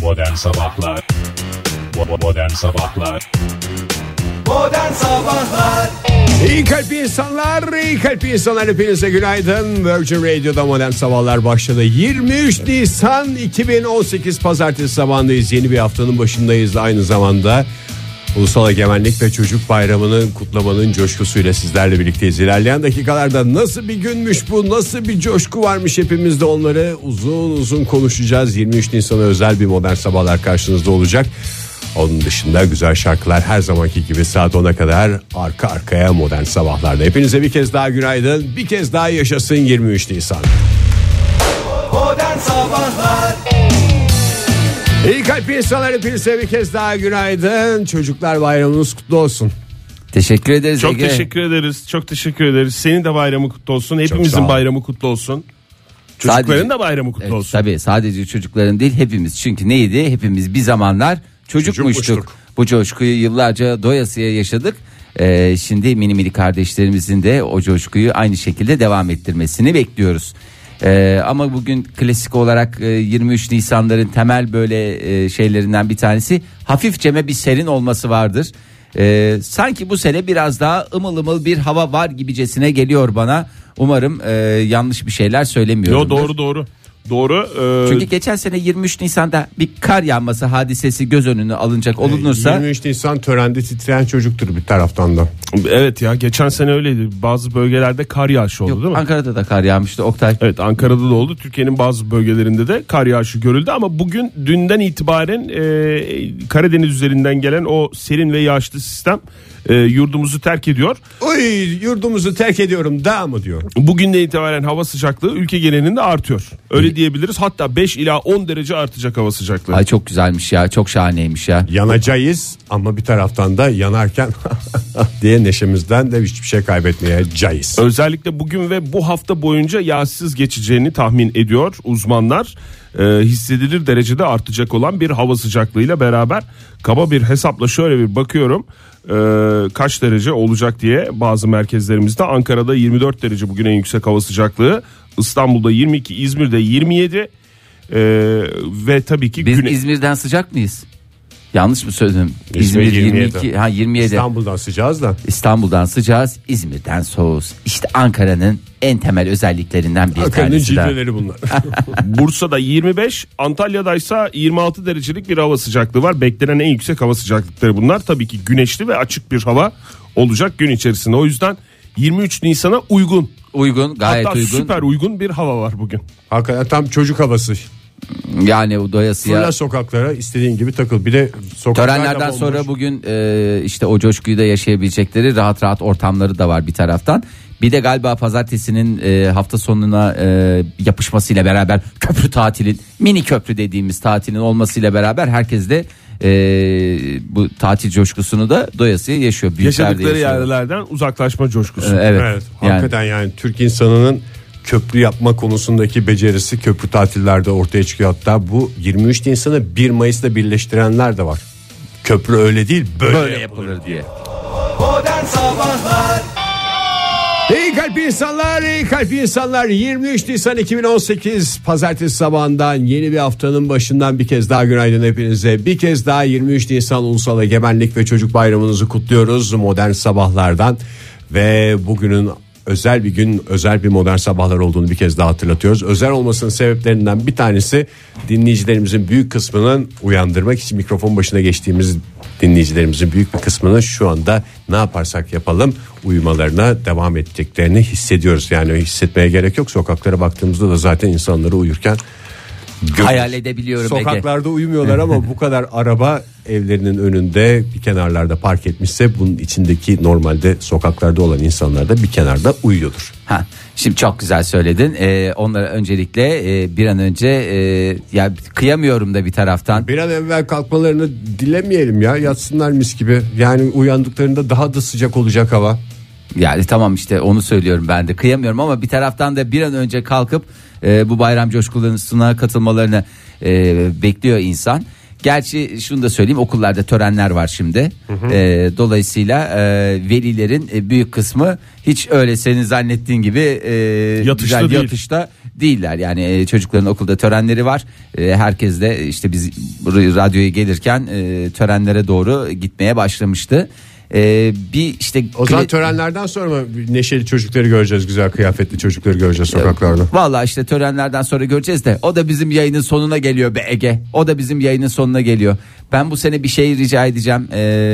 Modern Sabahlar. Modern Sabahlar. Modern Sabahlar. İyi kalpli insanlar hepinize günaydın. Virgin Radio'da Modern Sabahlar başladı. 23 Nisan 2018 Pazartesi sabahındayız. Yeni bir haftanın başındayız. Aynı zamanda Ulusal Egemenlik ve Çocuk Bayramı'nın kutlamanın coşkusuyla sizlerle birlikteyiz. İlerleyen dakikalarda nasıl bir günmüş bu, nasıl bir coşku varmış hepimizde, onları uzun uzun konuşacağız. 23 Nisan'a özel bir Modern Sabahlar karşınızda olacak. Onun dışında güzel şarkılar her zamanki gibi saat 10'a kadar arka arkaya Modern Sabahlar'da. Hepinize bir kez daha günaydın. Bir kez daha yaşasın 23 Nisan. Modern Sabahlar. İyi kalpli insanlar hepinize bir kez daha günaydın. Çocuklar bayramınız kutlu olsun. Teşekkür ederiz Çok Ege. teşekkür ederiz. Çok teşekkür ederiz. Senin de bayramı kutlu olsun. sağ Hepimizin ol. bayramı kutlu olsun. Çocukların Sadece- da bayramı kutlu Evet, olsun. tabii sadece çocukların değil, hepimiz. Çünkü neydi? Hepimiz bir zamanlar çocukmuştuk. Çocukmuştuk. Bu coşkuyu yıllarca doyasıya yaşadık. Şimdi mini kardeşlerimizin de o coşkuyu aynı şekilde devam ettirmesini bekliyoruz. Ama bugün klasik olarak 23 Nisanların temel böyle şeylerinden bir tanesi hafifçeme bir serin olması vardır. Sanki bu sene biraz daha ımıl ımıl bir hava var gibicesine geliyor bana. Umarım yanlış bir şeyler söylemiyorum. Yo, doğru. Doğru. Çünkü geçen sene 23 Nisan'da bir kar yağması hadisesi göz önüne alınacak olunursa 23 Nisan törende titreyen çocuktur bir taraftan da. evet ya, geçen sene öyleydi. Bazı bölgelerde kar yağışı oldu, yok, değil mi? Ankara'da da kar yağmıştı Oktay. Evet, Ankara'da da oldu. Türkiye'nin bazı bölgelerinde de kar yağışı görüldü ama bugün dünden itibaren Karadeniz üzerinden gelen o serin ve yağışlı sistem yurdumuzu terk ediyor. Oy, yurdumuzu terk ediyorum da mı diyor. Bugünden itibaren hava sıcaklığı ülke genelinde artıyor. Öyle diyebiliriz. Hatta 5 ila 10 derece artacak hava sıcaklığı. Ay çok güzelmiş ya, çok şahaneymiş ya. Yanacağız ama bir taraftan da yanarken diye neşemizden de hiçbir şey kaybetmeyeceğiz. Özellikle bugün ve bu hafta boyunca yağsız geçeceğini tahmin ediyor uzmanlar. Hissedilir derecede artacak olan bir hava sıcaklığıyla beraber kaba bir hesapla şöyle bir bakıyorum. Kaç derece olacak diye bazı merkezlerimizde. Ankara'da 24 derece bugün en yüksek hava sıcaklığı. İstanbul'da 22, İzmir'de 27 ve tabii ki Biz İzmir'den sıcak mıyız? Yanlış mı söyledim? İzmir 22. 27. İstanbul'dan sıcağız da. İstanbul'dan sıcağız, İzmir'den soğuz. İşte Ankara'nın en temel özelliklerinden bir Ankara'nın tanesi de. cilveleri bunlar. Bursa'da 25, Antalya'da ise 26 derecelik bir hava sıcaklığı var. Beklenen en yüksek hava sıcaklıkları bunlar. Tabii ki güneşli ve açık bir hava olacak gün içerisinde. O yüzden 23 Nisan'a uygun. Uygun, gayet Hatta uygun. süper uygun bir hava var bugün. Hakikaten tam çocuk havası. Yani o doyasıya. Fırla sokaklara, istediğin gibi takıl. Bir de sokaklar da Törenlerden bomboş. sonra bugün işte o coşkuyu da yaşayabilecekleri rahat rahat ortamları da var bir taraftan. Bir de galiba pazartesinin hafta sonuna yapışmasıyla beraber köprü tatilin, mini köprü dediğimiz tatilin olmasıyla beraber herkes de bu tatil coşkusunu da doyasıya yaşıyor. Büyükler de Yaşadıkları yaşıyor. yerlerden uzaklaşma coşkusu. Evet. Evet, Yani- hakikaten yani Türk insanının köprü yapma konusundaki becerisi köprü tatillerde ortaya çıkıyor. Hatta bu 23 Nisan'ı 1 Mayıs'ta birleştirenler de var. Köprü öyle değil, böyle yapılır diye. Modern Sabahlar. İyi kalpli insanlar 23 Nisan 2018 Pazartesi sabahından yeni bir haftanın başından bir kez daha günaydın hepinize. Bir kez daha 23 Nisan Ulusal Egemenlik ve Çocuk Bayramınızı kutluyoruz Modern Sabahlardan. Ve bugünün özel bir gün, özel bir Modern Sabahlar olduğunu bir kez daha hatırlatıyoruz. Özel olmasının sebeplerinden bir tanesi dinleyicilerimizin büyük kısmının uyandırmak için mikrofon başına geçtiğimiz dinleyicilerimizin büyük bir kısmının şu anda ne yaparsak yapalım uyumalarına devam edeceklerini hissediyoruz. Yani hissetmeye gerek yok. Sokaklara baktığımızda da zaten insanları uyurken Hayal edebiliyorum Ege. sokaklarda uyumuyorlar ama bu kadar araba evlerinin önünde bir kenarlarda park etmişse bunun içindeki normalde sokaklarda olan insanlar da bir kenarda uyuyordur. Şimdi çok güzel söyledin. Onlara öncelikle bir an önce ya kıyamıyorum da bir taraftan. Bir an evvel kalkmalarını dilemeyelim ya, yatsınlar mis gibi. Yani uyandıklarında daha da sıcak olacak hava. Yani tamam işte onu söylüyorum, ben de kıyamıyorum ama bir taraftan da bir an önce kalkıp bu bayram coşkularına katılmalarını bekliyor insan. Gerçi şunu da söyleyeyim, okullarda törenler var şimdi. Dolayısıyla velilerin büyük kısmı hiç öyle senin zannettiğin gibi Yatışta güzel değil. yatışta değiller. Yani çocukların okulda törenleri var. Herkes de işte biz radyoya gelirken törenlere doğru gitmeye başlamıştı. Bir işte O zaman törenlerden sonra mı neşeli çocukları göreceğiz, güzel kıyafetli çocukları göreceğiz sokaklarda? Vallahi işte törenlerden sonra göreceğiz de o da bizim yayının sonuna geliyor be Ege. O da bizim yayının sonuna geliyor. Ben bu sene bir şey rica edeceğim.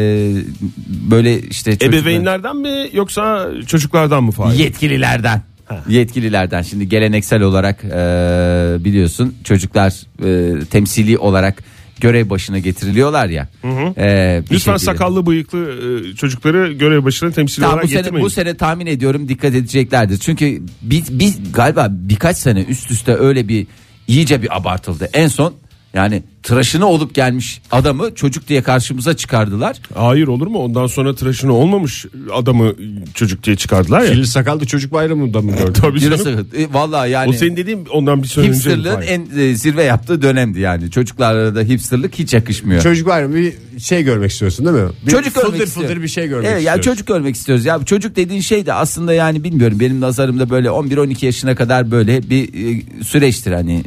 Böyle işte Ebeveynlerden mi yoksa çocuklardan mı Fahir? Yetkililerden. Yetkililerden. Şimdi geleneksel olarak biliyorsun çocuklar temsili olarak görev başına getiriliyorlar ya. Lütfen sakallı bıyıklı çocukları görev başına temsil olarak getirmeyin. Bu sene tahmin ediyorum dikkat edeceklerdir. Çünkü biz galiba birkaç sene üst üste öyle bir iyice bir abartıldı. En son yani tıraşını olup gelmiş adamı çocuk diye karşımıza çıkardılar. Hayır, olur mu? Ondan sonra tıraşını olmamış adamı çocuk diye çıkardılar ya. Kirli sakallı çocuk bayramında mı gördün? Tabii canım. Vallahi yani. O senin dediğin ondan bir sene önce. Hipsterlığın en zirve yaptığı dönemdi yani. Çocuklarla da hipsterlık hiç yakışmıyor. Çocuk bayramı bir şey görmek istiyorsun değil mi? Çocuk görmek fıldır istiyor. fıldır bir şey görmek evet, istiyoruz. yani çocuk görmek istiyoruz. Ya çocuk dediğin şey de aslında yani bilmiyorum benim nazarımda böyle 11-12 yaşına kadar böyle bir süreçtir hani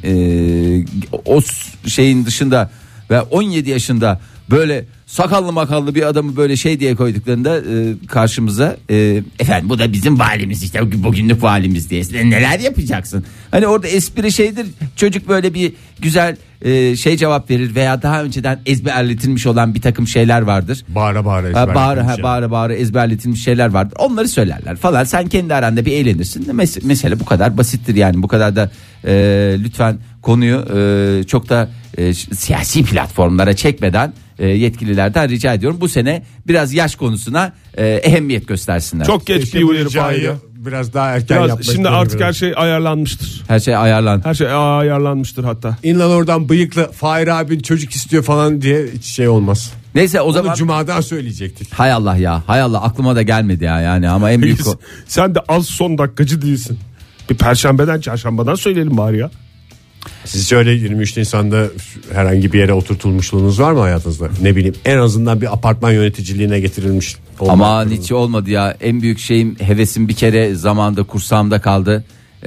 o şeyin dışında ve 17 yaşında böyle sakallı makallı bir adamı böyle şey diye koyduklarında karşımıza efendim bu da bizim valimiz işte bugünlük valimiz diye neler yapacaksın? Hani orada espri şeydir, çocuk böyle bir güzel şey cevap verir veya daha önceden ezberletilmiş olan bir takım şeyler vardır. Bağıra Bağıra ezberletilmiş şeyler vardır. Onları söylerler falan. Sen kendi aranda bir eğlenirsin. Mesele bu kadar basittir yani. Bu kadar da lütfen konuyu çok da siyasi platformlara çekmeden yetkililerden rica ediyorum. Bu sene biraz yaş konusuna ehemmiyet göstersinler. Çok geç bir uyarı Fahir. Biraz daha erken yapmak. Şimdi artık her şey ayarlanmıştır. Her şey ayarlandı. Her şey ayarlanmıştır hatta. İnlan oradan bıyıklı Fahir abin çocuk istiyor falan diye hiç şey olmaz. Neyse o zaman Cuma'dan söyleyecektik. hay Allah ya, hay Allah, aklıma da gelmedi ya yani ama en büyük Sen de az son dakikacı değilsin. Bir perşembeden çarşambadan söyleyelim bari ya. Siz şöyle 23 Nisan'da herhangi bir yere oturtulmuşluğunuz var mı hayatınızda? Ne bileyim, en azından bir apartman yöneticiliğine getirilmiş. Ama hiç olmadı ya. En büyük şeyim, hevesim bir kere zamanda kursağımda kaldı.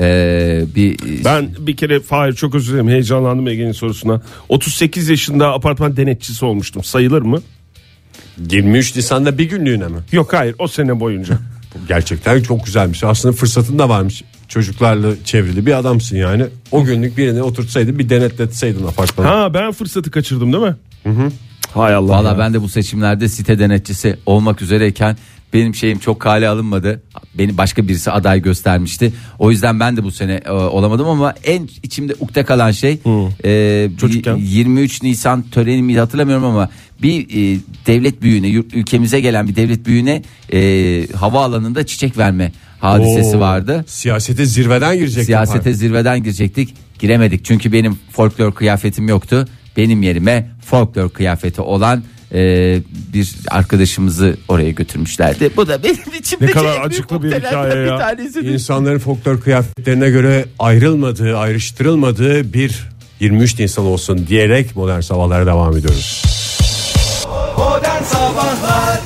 Ben bir kere Fahir çok özür dilerim, heyecanlandım Ege'nin sorusuna. 38 yaşında apartman denetçisi olmuştum, sayılır mı? 23 Nisan'da bir günlüğüne mi? Yok, hayır, o sene boyunca. Gerçekten çok güzelmiş. Aslında fırsatın da varmış. Çocuklarla çevrili bir adamsın yani. O günlük birini oturtsaydın, bir denetletseydin apartmanı. Ha, ben fırsatı kaçırdım değil mi? Hı. Hay Allah. Valla ben de bu seçimlerde site denetçisi olmak üzereyken benim şeyim çok kale alınmadı. Beni başka birisi aday göstermişti. O yüzden ben de bu sene olamadım ama en içimde ukde kalan şey çocukken 23 Nisan törenimi hatırlamıyorum ama bir devlet büyüğüne, ülkemize gelen bir devlet büyüğüne havaalanında çiçek verme hadisesi vardı. Siyasete zirveden girecektik. Zirveden girecektik. Giremedik çünkü benim folklor kıyafetim yoktu. Benim yerime folklor kıyafeti olan bir arkadaşımızı oraya götürmüşlerdi. Bu da benim içimdeki ne kadar acıklı bir hikaye ya. Bir tanesidir. İnsanların folklor kıyafetlerine göre ayrılmadığı, ayrıştırılmadığı bir 23 Nisan olsun diyerek modern sabahlara devam ediyoruz. Modern Sabahlar.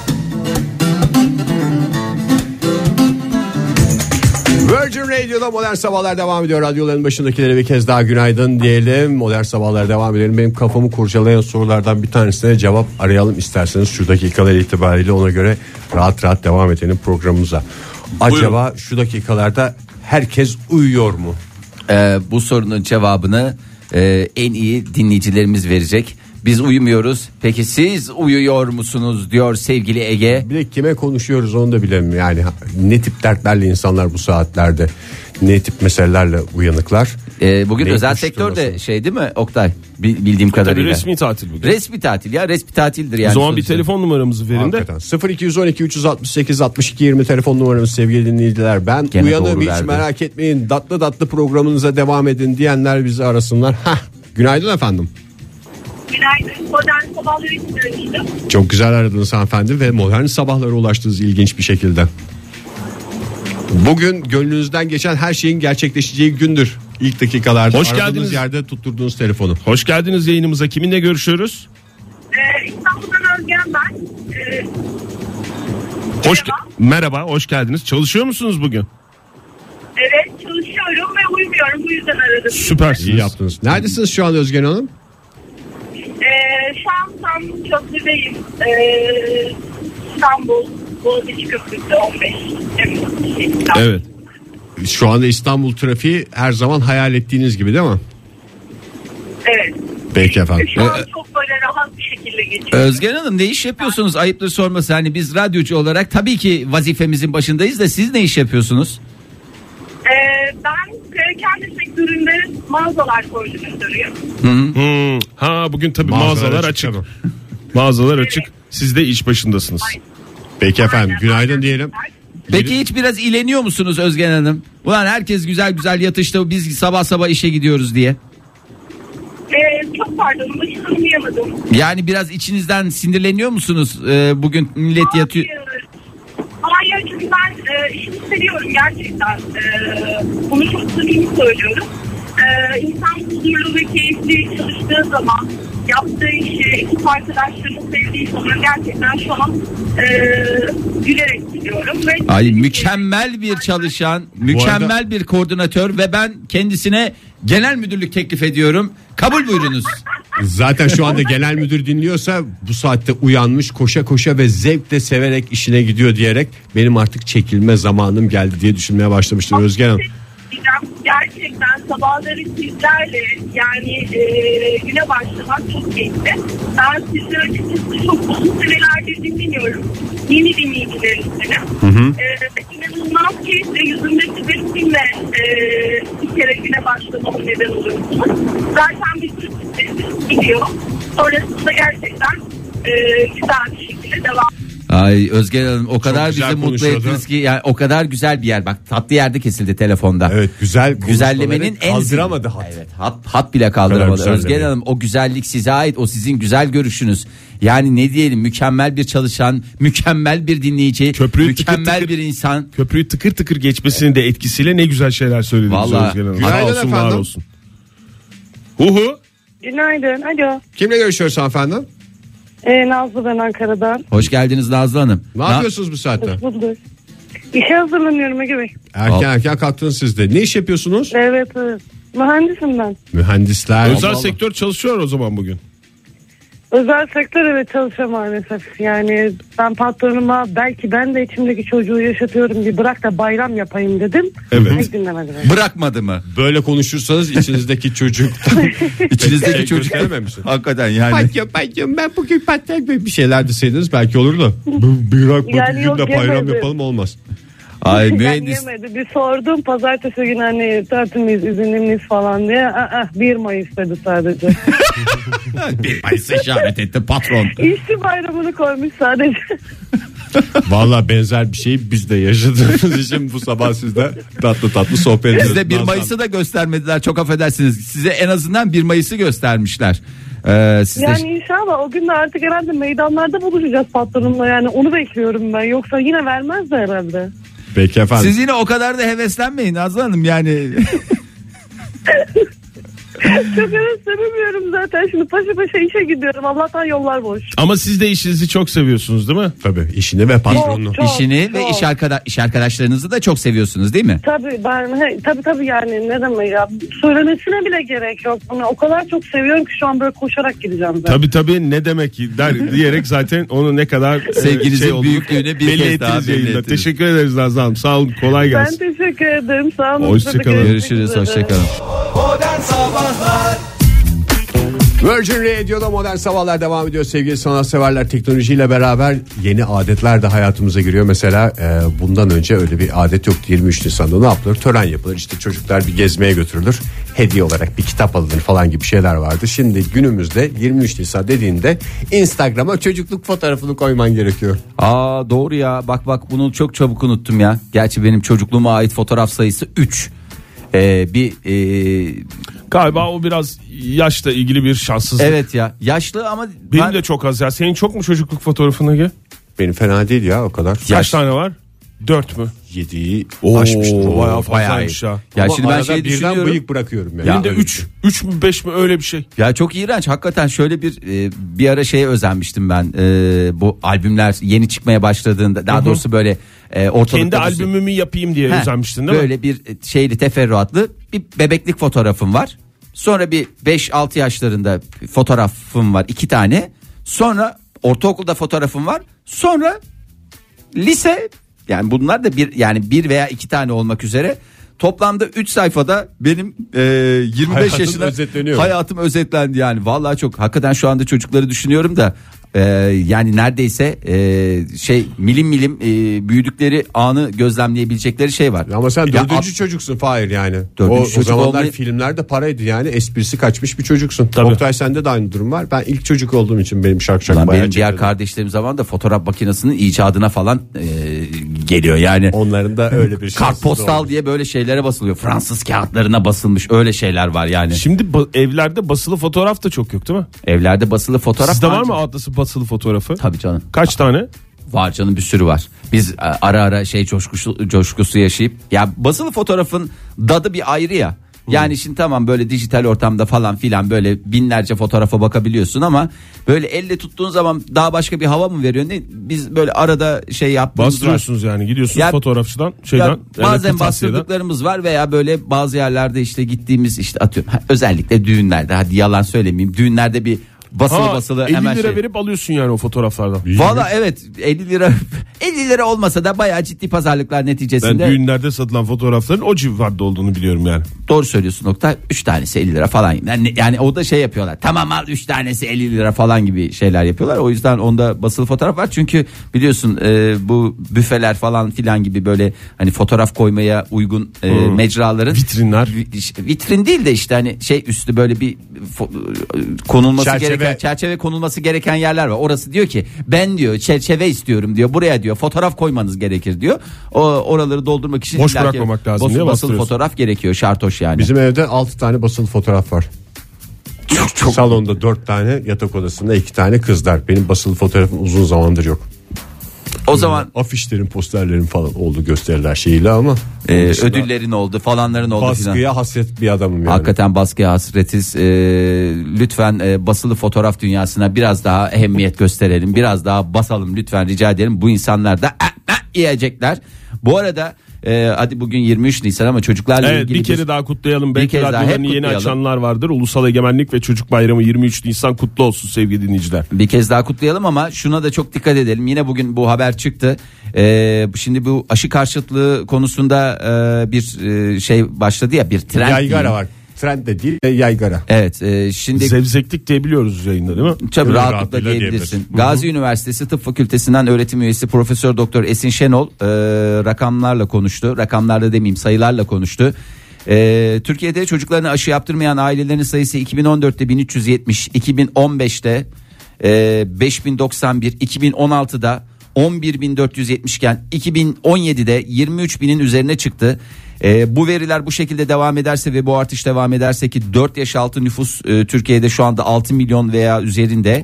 Virgin Radio'da Modern Sabahlar devam ediyor. Radyoların başındakilere bir kez daha günaydın diyelim. Modern Sabahlar devam edelim. Benim kafamı kurcalayan sorulardan bir tanesine cevap arayalım isterseniz şu dakikalar itibariyle, ona göre rahat rahat devam edelim programımıza. Acaba şu dakikalarda herkes uyuyor mu? Bu sorunun cevabını en iyi dinleyicilerimiz verecek. Biz uyumuyoruz. Peki siz uyuyor musunuz diyor sevgili Ege. Bir de kime konuşuyoruz onu da bilelim. Yani ne tip dertlerle insanlar bu saatlerde, ne tip meselelerle uyanıklar. Bugün Neyi özel koşturmasın? sektör de şey değil mi Oktay? Bildiğim kadarıyla. Tabii resmi tatil bugün. Resmi tatil ya, resmi tatildir yani. O zaman bir sonuçta. telefon numaramızı verin de. Hakikaten. 0212 368 62 20 telefon numaramız sevgili dinleyiciler. Ben Gene uyanım, doğru hiç verdi. merak etmeyin, tatlı programınıza devam edin diyenler bizi arasınlar. Günaydın efendim. Günaydın. Modern sabahları için görüştüm. Çok güzel aradınız hanımefendi ve modern sabahlara ulaştınız ilginç bir şekilde. Bugün gönlünüzden geçen her şeyin gerçekleşeceği gündür. İlk dakikalarda Hoş aradığınız geldiniz. yerde tutturduğunuz telefonu. Hoş geldiniz yayınımıza. Kiminle görüşüyoruz? İstanbul'dan Özgen ben. Merhaba, hoş geldiniz. Çalışıyor musunuz bugün? Evet, çalışıyorum ve uyumuyorum. Bu yüzden aradım. Süpersiniz. İyi yaptınız. Neredesiniz şu an Özgen Hanım? Şu an İstanbul Köprü'deyim. İstanbul Boğaziçi Köprüsü 15. Evet. Şu anda İstanbul trafiği her zaman hayal ettiğiniz gibi değil mi? Evet. Peki efendim. Şu an çok böyle rahat bir şekilde geçiyor. Özgen Hanım, ne iş yapıyorsunuz? Ayıptır sorması. Hani biz radyocu olarak tabii ki vazifemizin başındayız da siz ne iş yapıyorsunuz? Ben kendi sektöründe mağazalar koordinatörüyüm. Bugün tabii Mağazalar mağazalar açık açık. Mağazalar açık. Siz de iş başındasınız. Peki efendim. Günaydın diyelim. Peki hiç biraz ileniyor musunuz Özgen Hanım? Ulan herkes güzel güzel yatışta, biz sabah sabah işe gidiyoruz diye. Çok pardon, başını anlayamadım. Yani biraz içinizden sinirleniyor musunuz? Bugün millet yatıyor. Hayır, çünkü ben işimi seviyorum gerçekten. Bunu çok samimi söylüyorum. İnsan huzurlu ve keyifli çalıştığı zaman, yaptığı işi, ekip arkadaşlarını sevdiği zaman gerçekten şu an gülerek gidiyorum. Ay, mükemmel bir çalışan, mükemmel bir koordinatör ve ben kendisine genel müdürlük teklif ediyorum. Kabul buyurunuz. Zaten şu anda genel müdür dinliyorsa bu saatte uyanmış, koşa koşa ve zevkle severek işine gidiyor diyerek benim artık çekilme zamanım geldi diye düşünmeye başlamıştır Özgen Hanım. Gerçekten sabahları sizlerle yani güne başlamak çok keyifli. Ben sizleri açıkçası çok uzun sürelerdir dinliyorum. Yeni dinleyicilerimizden. İnanılmaz keyifle, yüzümde tebessümle bir kere güne başlamam neden oluyorsunuz. Zaten bir sürü gidiyor. Sonrasında gerçekten güzel bir şekilde devam. Ay Özgen Hanım, o kadar bizi mutlu konuşuyordu. ettiniz ki, yani o kadar güzel bir yer. Bak, tatlı yerde kesildi telefonda. Evet, güzel güzellemenin en kaldıramadı hat. Evet, hat bile kaldıramadı. güzel Özgen dedi. Hanım, o güzellik size ait, o sizin güzel görüşünüz. Yani ne diyelim, mükemmel bir çalışan, mükemmel bir dinleyici, Köprüyü mükemmel tıkır tıkır- bir insan. Köprüyü tıkır tıkır geçmesinin de etkisiyle ne güzel şeyler söylediniz Vallahi. Özgen Hanım. Günaydın Sağ olsun, var efendim. olsun. Huhu. Günaydın. Alo. Kimle görüşüyoruz hanımefendi? Nazlı ben Ankara'dan. Hoş geldiniz Nazlı Hanım. Ne yapıyorsunuz bu saatte? Hoş bulduk. İşe hazırlanıyorum Ege Bey. Erken kalktınız siz de. Ne iş yapıyorsunuz? Evet. Mühendisim ben. Mühendisler. Özel Allah sektör çalışıyor o zaman bugün. Özel sektör evet çalışıyorum maalesef. Yani ben patronuma belki ben de içimdeki çocuğu yaşatıyorum diye bırak da bayram yapayım dedim. Evet. Hiç dinlemedim. Bırakmadı mı? Böyle konuşursanız içinizdeki çocuk İçinizdeki çocuk. gösterememişsin. Hakikaten yani. Patlıyorum ben bugün patlıyorum bir şeyler deseydiniz belki olur da. Bırakma Yani bir yok, gün de bayram yemedi. yapalım olmaz. Ay Yani mühendis. yemedi. Bir sordum pazartesi günü hani tatil miyiz izinli miyiz falan diye. 1 Mayıs dedi sadece. Bir Mayıs işaret etti patron. İşçi bayramını koymuş sadece. Valla benzer bir şeyi biz de yaşadığımız için bu sabah sizde tatlı sohbet ediyoruz. Size 1 Nazlı Mayıs'ı da göstermediler, çok affedersiniz. Size en azından 1 Mayıs'ı göstermişler. Siz de- Yani inşallah o gün de artık herhalde meydanlarda buluşacağız patronumla, yani onu bekliyorum ben. Yoksa yine vermez de herhalde. Peki efendim. Siz yine o kadar da heveslenmeyin Nazlı Hanım yani. Çok heveslenemiyorum zaten, şimdi paşa paşa işe gidiyorum, Allah'tan yollar boş. Ama siz de işinizi çok seviyorsunuz değil mi? Tabii işini ve patronunu. Çok, İşini ve çok. iş arkadaşlarınızı da çok seviyorsunuz değil mi? Tabii ben tabii yani ne demek ya, söylemesine bile gerek yok. Bunu o kadar çok seviyorum ki şu an böyle koşarak gideceğim zaten. Tabii ne demek ki der diyerek zaten onu ne kadar Sevginizin olduğunu büyüklüğünü bir belli kez daha ettiniz belli yayında. ettiniz. Teşekkür ederiz Nazlı Hanım. Sağ olun, kolay Ben gelsin. teşekkür ederim, sağ olun. Hoşçakalın. Görüşürüz, hoşçakalın. Modern Sabahlar Virgin Radio'da Modern Sabahlar devam ediyor sevgili sanatseverler. Teknolojiyle beraber yeni adetler de hayatımıza giriyor. Mesela bundan önce öyle bir adet yoktu. 23 Nisan'da ne yapılır? Tören yapılır. İşte çocuklar bir gezmeye götürülür. Hediye olarak bir kitap alınır falan gibi şeyler vardı. Şimdi günümüzde 23 Nisan dediğinde Instagram'a çocukluk fotoğrafını koyman gerekiyor. Aa doğru ya, bak bunu çok çabuk unuttum ya. Gerçi benim çocukluğuma ait fotoğraf sayısı 3. Galiba o biraz yaşla ilgili bir şanssızlık. Evet ya, yaşlı ama Benim de çok az ya. Senin çok mu çocukluk fotoğrafın Ege? Benim fena değil ya o kadar. Kaç tane var? 4 mü? 7'yi aşmıştır. Bayağı fazlaymış ya. Ya Ama şimdi ben arada şey birden düşünüyorum. bıyık bırakıyorum yani. Benim de 3 mü 5 mi öyle bir şey. Ya çok iğrenç hakikaten. Şöyle bir ara şeye özenmiştim ben. Bu albümler yeni çıkmaya başladığında, daha doğrusu böyle ortalıkta Kendi albümümü yapayım diye özenmiştin değil mi? Böyle bir şeyli teferruatlı bir bebeklik fotoğrafım var. Sonra bir 5-6 yaşlarında fotoğrafım var 2 tane. Sonra ortaokulda fotoğrafım var. Sonra lise, yani bunlar da bir veya 2 tane olmak üzere. Toplamda 3 sayfada benim 25 Hayatın yaşında özetleniyor. hayatım özetlendi yani. Vallahi çok, hakikaten şu anda çocukları düşünüyorum da yani neredeyse milim milim büyüdükleri anı gözlemleyebilecekleri şey var. Ama sen Ya, dördüncü çocuksun Fahir yani. Dördüncü O çocuk zamanlar olmayı- filmlerde paraydı yani, esprisi kaçmış bir çocuksun. Tabii. Oktay, sende de aynı durum var. Ben ilk çocuk olduğum için benim şak Ulan bayağı benim diğer çekildi. kardeşlerim zaman da fotoğraf makinesinin icadına falan geliyor yani. Onların da öyle bir Kartpostal diye böyle şeylere basılıyor. Fransız kağıtlarına basılmış öyle şeyler var yani. Şimdi evlerde basılı fotoğraf da çok yok değil mi? Evlerde basılı fotoğraf. Sizde var mı atlası basılı fotoğrafı? Tabii canım. Kaç tane? Var canım, bir sürü var. Biz ara ara coşkusu yaşayıp, ya basılı fotoğrafın dadı bir ayrı ya. Yani şimdi tamam, böyle dijital ortamda falan filan böyle binlerce fotoğrafa bakabiliyorsun ama böyle elle tuttuğun zaman daha başka bir hava mı veriyor? Ne? Biz böyle arada şey yaptığımız var. Bastırıyorsunuz yani, gidiyorsunuz Ya- fotoğrafçıdan Ya yani bazen kırtasiyeden. bastırdıklarımız var veya böyle bazı yerlerde işte gittiğimiz, işte atıyorum özellikle düğünlerde, hadi yalan söylemeyeyim, düğünlerde bir basılı 50 hemen lira verip alıyorsun yani o fotoğraflardan. Valla evet, 50 lira olmasa da bayağı ciddi pazarlıklar Ben neticesinde. düğünlerde satılan fotoğrafların o civarda olduğunu biliyorum yani. Doğru söylüyorsun nokta. 3 tanesi 50 lira falan. Yani o da şey yapıyorlar. Tamam al 3 tanesi 50 lira falan gibi şeyler yapıyorlar. O yüzden onda basılı fotoğraf var. Çünkü biliyorsun bu büfeler falan filan gibi böyle hani fotoğraf koymaya uygun mecraların. Vitrinler. Vitrin değil de işte hani şey üstü böyle bir konulması Çerçeve. gereken, çerçeve konulması gereken yerler var. Orası diyor ki ben diyor çerçeve istiyorum diyor. Buraya diyor fotoğraf koymanız gerekir diyor. Oraları doldurmak için Boş illaki bırakmamak lazım diye basılı bastırıyorsun. fotoğraf gerekiyor. Şartoş yani. Bizim evde 6 tane basılı fotoğraf var. çok Salonda 4 tane, yatak odasında 2 tane kızlar. Benim basılı fotoğrafım uzun zamandır yok. o zaman Afişlerin, posterlerin falan oldu, gösteriler şeyiyle ama onun dışında ödüllerin oldu falanların oldu filan. baskıya hasret bir adamım yani. Hakikaten baskıya hasretiz. Lütfen basılı fotoğraf dünyasına biraz daha ehemmiyet gösterelim. Biraz daha basalım lütfen, rica ederim. Bu insanlar da yiyecekler. Bu arada hadi bugün 23 Nisan ama çocuklarla Evet, ilgili bir kere daha kutlayalım. Belki kez daha radyolarını hep yeni kutlayalım. açanlar vardır. Ulusal Egemenlik ve Çocuk Bayramı 23 Nisan kutlu olsun sevgili dinleyiciler. bir kez daha kutlayalım ama şuna da çok dikkat edelim. Yine bugün bu haber çıktı. Şimdi bu aşı karşıtlığı konusunda bir şey başladı ya, bir trend. Yaygara diyeyim. var. Trend de değil, yaygara. Evet, şimdi Zevzeklik diyebiliyoruz yayında değil mi? tabii Gönül rahatlıkla rahatlığıyla diyebilirsin. diyebilirsin. Gazi Üniversitesi Tıp Fakültesinden öğretim üyesi Profesör Doktor Esin Şenol rakamlarla konuştu. Rakamlarla demeyeyim, sayılarla konuştu. Türkiye'de çocuklarına aşı yaptırmayan ailelerin sayısı 2014'te 1370, 2015'te 5091, 2016'da 11.470 iken 2017'de 23.000'in üzerine çıktı. Bu veriler bu şekilde devam ederse ve bu artış devam ederse ki 4 yaş altı nüfus Türkiye'de şu anda 6 milyon veya üzerinde.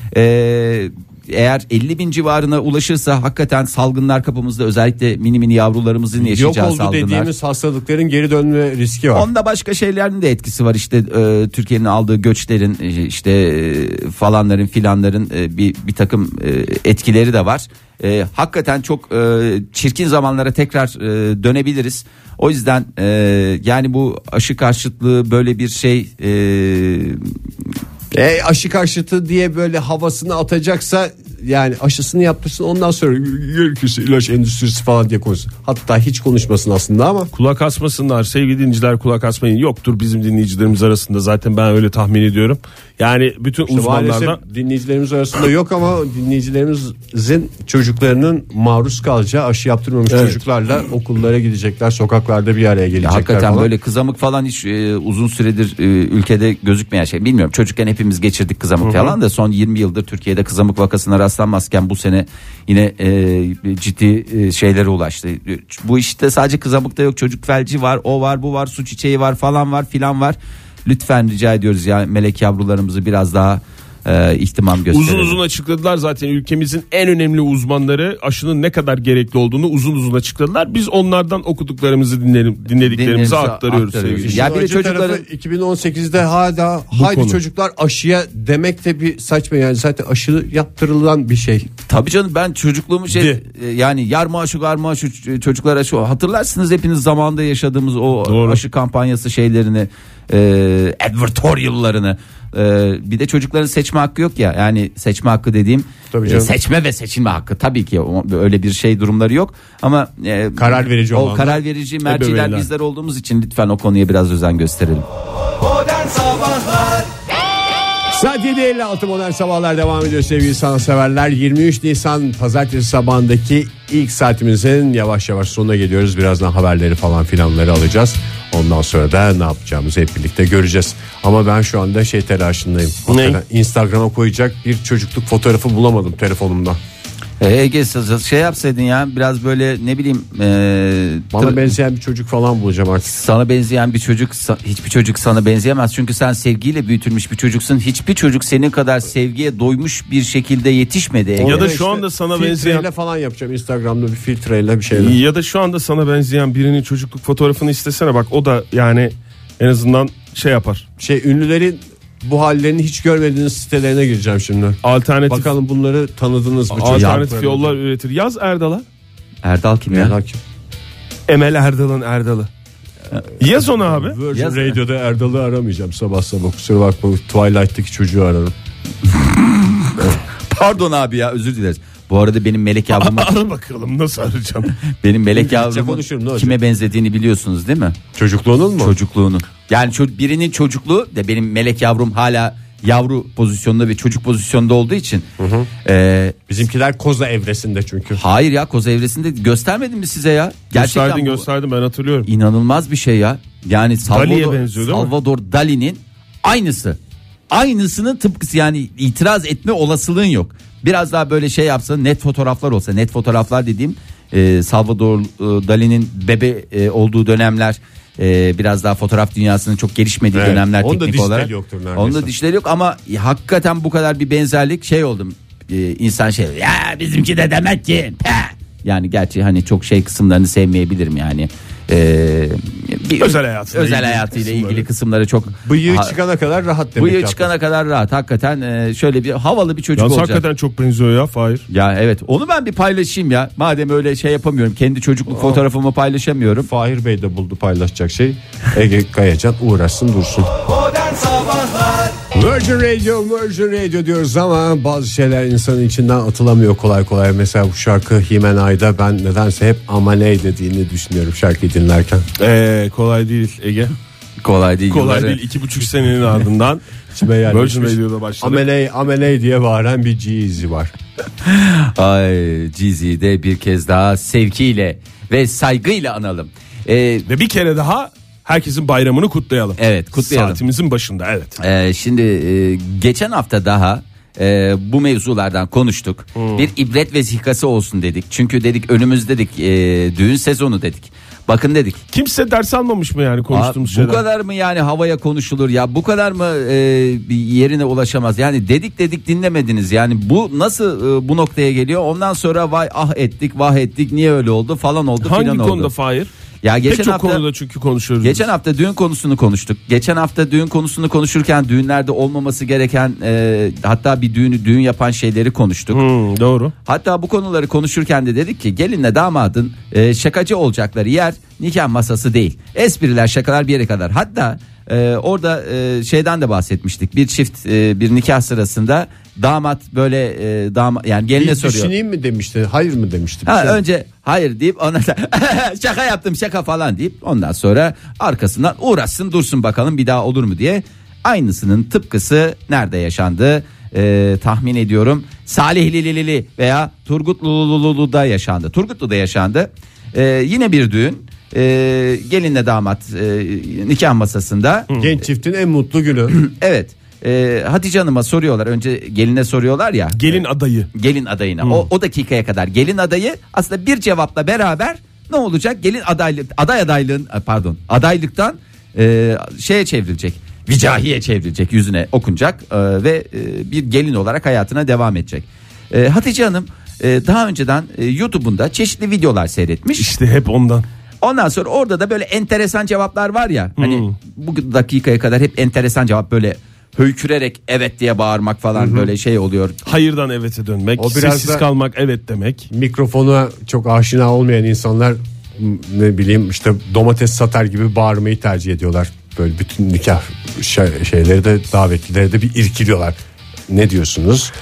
Eğer 50 bin civarına ulaşırsa hakikaten salgınlar kapımızda, özellikle mini mini yavrularımızın Yok yaşayacağı oldu salgınlar. dediğimiz hastalıkların geri dönme riski var. Onda başka şeylerin de etkisi var, işte Türkiye'nin aldığı göçlerin işte falanların filanların bir takım etkileri de var. Hakikaten çok çirkin zamanlara tekrar dönebiliriz. O yüzden yani bu aşı karşıtlığı böyle bir şey Aşı karşıtı diye böyle havasını atacaksa yani aşısını yaptırsın, ondan sonra gerekirse ilaç endüstrisi falan diye konuşsun. Hatta hiç konuşmasın aslında ama. Kulak asmasınlar sevgili dinleyiciler, kulak asmayın. Yoktur bizim dinleyicilerimiz arasında, zaten ben öyle tahmin ediyorum. Yani bütün İşte uzmanlardan maalesef dinleyicilerimiz arasında yok ama dinleyicilerimizin çocuklarının maruz kalacağı aşı yaptırmamış çocuklarla okullara gidecekler, sokaklarda bir araya gelecekler hakikaten falan. böyle kızamık falan hiç uzun süredir ülkede gözükmeyen şey. Bilmiyorum, çocukken hepimiz geçirdik kızamık falan da son 20 yıldır Türkiye'de kızamık vakasına rastlanmazken bu sene yine ciddi şeylere ulaştı. Bu işte sadece kızamıkta yok, çocuk felci var, o var, bu var, su çiçeği var falan var filan var. Lütfen rica ediyoruz ya, melek yavrularımızı biraz daha ihtimam gösterelim. Uzun uzun açıkladılar zaten, ülkemizin en önemli uzmanları aşının ne kadar gerekli olduğunu uzun uzun açıkladılar. Biz onlardan okuduklarımızı dinlediklerimizi aktarıyoruz sevgili. Ya bir de çocukları 2018'de hala haydi konu. çocuklar aşıya demek de bir saçma, yani zaten aşı yaptırılan bir şey. Tabii canım, ben çocukluğumu yani yarma aşı çocuklar aşı, hatırlarsınız hepiniz zamanında yaşadığımız o Doğru. aşı kampanyası şeylerini, advertorial'larını. Bir de çocukların seçme hakkı yok ya, yani seçme hakkı dediğim seçme ve seçilme hakkı, tabii ki öyle bir şey durumları yok ama Karar verici o olanlar, karar verici merciler ebeveynler. bizler olduğumuz için lütfen o konuya biraz özen gösterelim. Modern Sabahlar. Saat 7.56 Modern Sabahlar devam ediyor sevgili sanatseverler. 23 Nisan Pazartesi sabahındaki ilk saatimizin yavaş yavaş sonuna geliyoruz. Birazdan haberleri falan filanları alacağız. Ondan sonra da ne yapacağımızı hep birlikte göreceğiz. Ama ben şu anda telaşındayım. Hakikaten Instagram'a koyacak bir çocukluk fotoğrafı bulamadım telefonumda. Ege şey yapsaydın ya, biraz böyle ne bileyim Bana benzeyen bir çocuk falan bulacağım artık. sana benzeyen bir çocuk, hiçbir çocuk sana benzeyemez çünkü sen sevgiyle büyütülmüş bir çocuksun. Hiçbir çocuk senin kadar sevgiye doymuş bir şekilde yetişmedi. Ya da İşte şu anda sana filtreyle benzeyen falan yapacağım, Instagram'da bir filtreyle bir şeyler. ya da şu anda sana benzeyen birinin çocukluk fotoğrafını istesene, bak o da yani en azından şey yapar. Ünlülerin bu hallerini hiç görmediğiniz sitelerine gireceğim şimdi. Alternatif Bakalım bunları tanıdınız mı? alternatif yollar üretir. Yaz Erdal'a. Erdal kim ya? Hakim. Emel Erdal'ın Erdal'ı. Yaz onu abi. Virgin Yaz. Radio'da Erdal'ı aramayacağım sabah sabah, kusura bakma, Twilight'taki çocuğu ararım. Pardon abi ya, özür dileriz. Bu arada benim melek yavrumu Ara bakalım, nasıl arayacağım. benim melek yavrumun konuşurum, ne olacak? kime benzediğini biliyorsunuz değil mi? Çocukluğunun mu? Çocukluğunu. Yani birinin çocukluğu de benim melek yavrum hala yavru pozisyonda ve çocuk pozisyonda olduğu için. Bizimkiler koza evresinde çünkü. Hayır ya, koz evresinde göstermedim mi size ya? Gerçekten Gösterdin ben hatırlıyorum. inanılmaz bir şey ya. Yani Dali'ye benziyor değil mi? Salvador Dali'nin aynısı. Aynısının tıpkısı, yani itiraz etme olasılığın yok. Biraz daha böyle şey yapsa, net fotoğraflar olsa, net fotoğraflar dediğim Salvador Dali'nin bebe olduğu dönemler, biraz daha fotoğraf dünyasının çok gelişmediği Evet, dönemler onda teknik dişleri olarak. yoktur neredeyse. Onda dişleri yok ama hakikaten bu kadar bir benzerlik şey oldum. İnsan şey ya bizimki de demek ki yani gerçi hani çok şey kısımlarını sevmeyebilirim yani. Bir Özel hayatıyla ilgili kısımları çok Bıyığı çıkana kadar rahat demek. bıyığı çıkana kadar rahat, hakikaten şöyle bir havalı bir çocuk Yalnız olacak. hakikaten çok benziyor ya Fahir. Ya evet, onu ben bir paylaşayım ya. Madem öyle şey yapamıyorum, kendi çocukluk fotoğrafımı paylaşamıyorum. Fahir Bey de buldu paylaşacak şey. Ege Kayacan uğraşsın dursun. Modern Sabahlar. Virgin Radio diyoruz ama bazı şeyler insanın içinden atılamıyor kolay kolay. Mesela bu şarkı Himenay'da ben nedense hep Amaley dediğini düşünüyorum şarkıyı dinlerken. Kolay değil Ege. Kolay değil. Kolay yılları- değil, 2,5 senenin ardından İçime yerleşmiş. Virgin Radio'da başladık. Amaley diye bağıran bir Jeezy var. Ay, Jeezy'yi de bir kez daha sevgiyle ve saygıyla analım. Ve bir kere daha herkesin bayramını kutlayalım. Evet, kutlayalım. Saatimizin başında, evet. Şimdi geçen hafta daha bu mevzulardan konuştuk. Bir ibret vesikası olsun dedik. Çünkü dedik önümüz dedik düğün sezonu dedik. Bakın dedik. Kimse ders almamış mı yani konuştuğumuz Bu şeyler? kadar mı yani havaya konuşulur ya, bu kadar mı bir yerine ulaşamaz yani, dedik dinlemediniz yani, bu nasıl bu noktaya geliyor, ondan sonra vay ah ettik vah ettik niye öyle oldu falan oldu Hangi filan oldu. konuda Fahir? Ya Pek geçen çok hafta konuda çünkü konuşuyoruz. Geçen hafta düğün konusunu konuştuk. Geçen hafta düğün konusunu konuşurken düğünlerde olmaması gereken hatta bir düğün yapan şeyleri konuştuk. Doğru. Hatta bu konuları konuşurken de dedik ki gelinle damadın şakacı olacakları yer nikah masası değil. Espriler, şakalar bir yere kadar. Hatta orada şeyden de bahsetmiştik. Bir çift bir nikah sırasında damat böyle yani geline Bir soruyor. düşüneyim mi demişti, hayır mı demişti. Ha, önce hayır deyip ona da şaka yaptım şaka falan deyip ondan sonra arkasından uğraşsın dursun bakalım bir daha olur mu diye. Aynısının tıpkısı nerede yaşandı? Tahmin ediyorum Salihlili veya Turgutlulu'da yaşandı. Turgutlu'da yaşandı. Yine bir düğün. Gelinle damat nikah masasında. Genç çiftin en mutlu günü. Evet. Hatice Hanım'a soruyorlar. Önce geline soruyorlar ya. Gelin adayı. Gelin adayına. O dakikaya kadar gelin adayı aslında bir cevapla beraber ne olacak? Gelin adaylıktan şeye çevrilecek. Vicahiye çevrilecek, yüzüne okunacak ve bir gelin olarak hayatına devam edecek. Hatice Hanım daha önceden YouTube'unda çeşitli videolar seyretmiş. İşte hep ondan. Ondan sonra orada da böyle enteresan cevaplar var ya. Hani bu dakikaya kadar hep enteresan cevap, böyle höykürerek evet diye bağırmak falan böyle şey oluyor. Hayırdan evete dönmek, O biraz sessiz da- kalmak evet demek. Mikrofona çok aşina olmayan insanlar ne bileyim işte domates satar gibi bağırmayı tercih ediyorlar. Böyle bütün nikah şeyleri de davetlileri de bir irkiliyorlar. Ne diyorsunuz?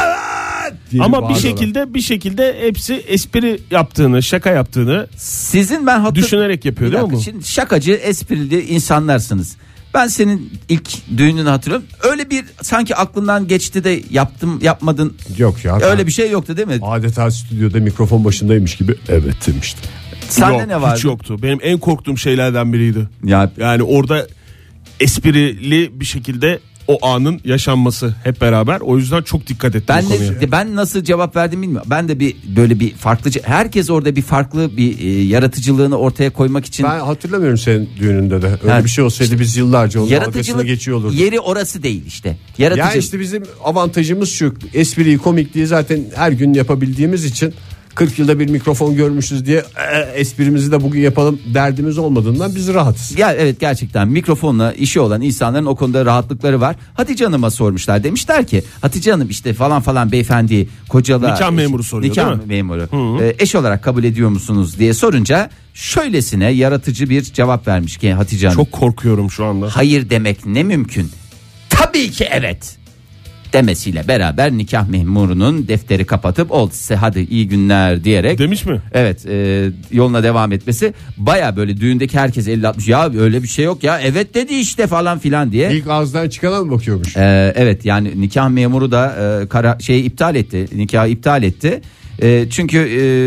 diye Ama bir bağırıyorlar. şekilde hepsi espri yaptığını, şaka yaptığını Sizin ben düşünerek yapıyor Bir değil mi dakika, bu? şimdi şakacı, esprili insanlarsınız. Ben senin ilk düğününü hatırlıyorum. Öyle bir sanki aklından geçti de yapmadın. Yok ya. Öyle bir şey yoktu değil mi? Adeta stüdyoda mikrofon başındaymış gibi evet demiştim. Sende Yok, ne vardı? hiç yoktu. Benim en korktuğum şeylerden biriydi. Ya Yani orada esprili bir şekilde o anın yaşanması hep beraber. O yüzden çok dikkat ettim ben bu konuya. ben nasıl cevap verdim bilmiyorum. Ben de bir böyle bir farklı, herkes orada bir farklı bir yaratıcılığını ortaya koymak için Ben hatırlamıyorum senin düğününde de. Öyle Ha, bir şey olsaydı biz yıllarca onun dalgasını yaratıcılık geçiyor olurduk. yeri orası değil işte. Ya Yaratıcı. işte bizim avantajımız şu, espriyi komikliği zaten her gün yapabildiğimiz için 40 yılda bir mikrofon görmüşüz diye esprimizi de bugün yapalım derdimiz olmadığından biz rahatız. Ya evet, gerçekten mikrofonla işi olan insanların o konuda rahatlıkları var. Hatice Hanım'a sormuşlar, demişler ki Hatice Hanım işte falan falan beyefendi kocalı Nikah memuru soruyor, nikah değil mi? memuru eş olarak kabul ediyor musunuz diye sorunca şöylesine yaratıcı bir cevap vermiş ki Hatice Hanım. Çok korkuyorum şu anda. Hayır demek ne mümkün? Tabii ki evet demesiyle beraber nikah memurunun defteri kapatıp oldu size hadi iyi günler diyerek. Demiş mi? Evet, yoluna devam etmesi baya böyle düğündeki herkes 50-60 ya öyle bir şey yok ya evet dedi işte falan filan diye. İlk ağızdan çıkana mı bakıyormuş? Evet, yani nikah memuru da iptal etti, nikahı iptal etti. Çünkü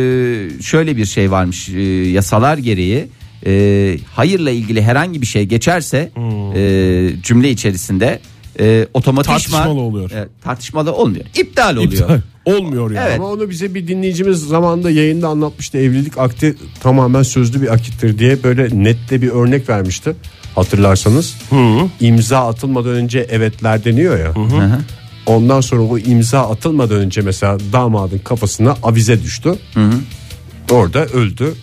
şöyle bir şey varmış, yasalar gereği hayırla ilgili herhangi bir şey geçerse cümle içerisinde otomatikman Tartışmalı oluyor. Tartışmalı olmuyor, iptal oluyor. İptal. Olmuyor yani. Evet. Ama onu bize bir dinleyicimiz zamanında yayında anlatmıştı. Evlilik akdi tamamen sözlü bir akittir diye böyle nette bir örnek vermişti. Hatırlarsanız. İmza atılmadan önce evetler deniyor ya. Ondan sonra o imza atılmadan önce mesela damadın kafasına avize düştü. Orada öldü.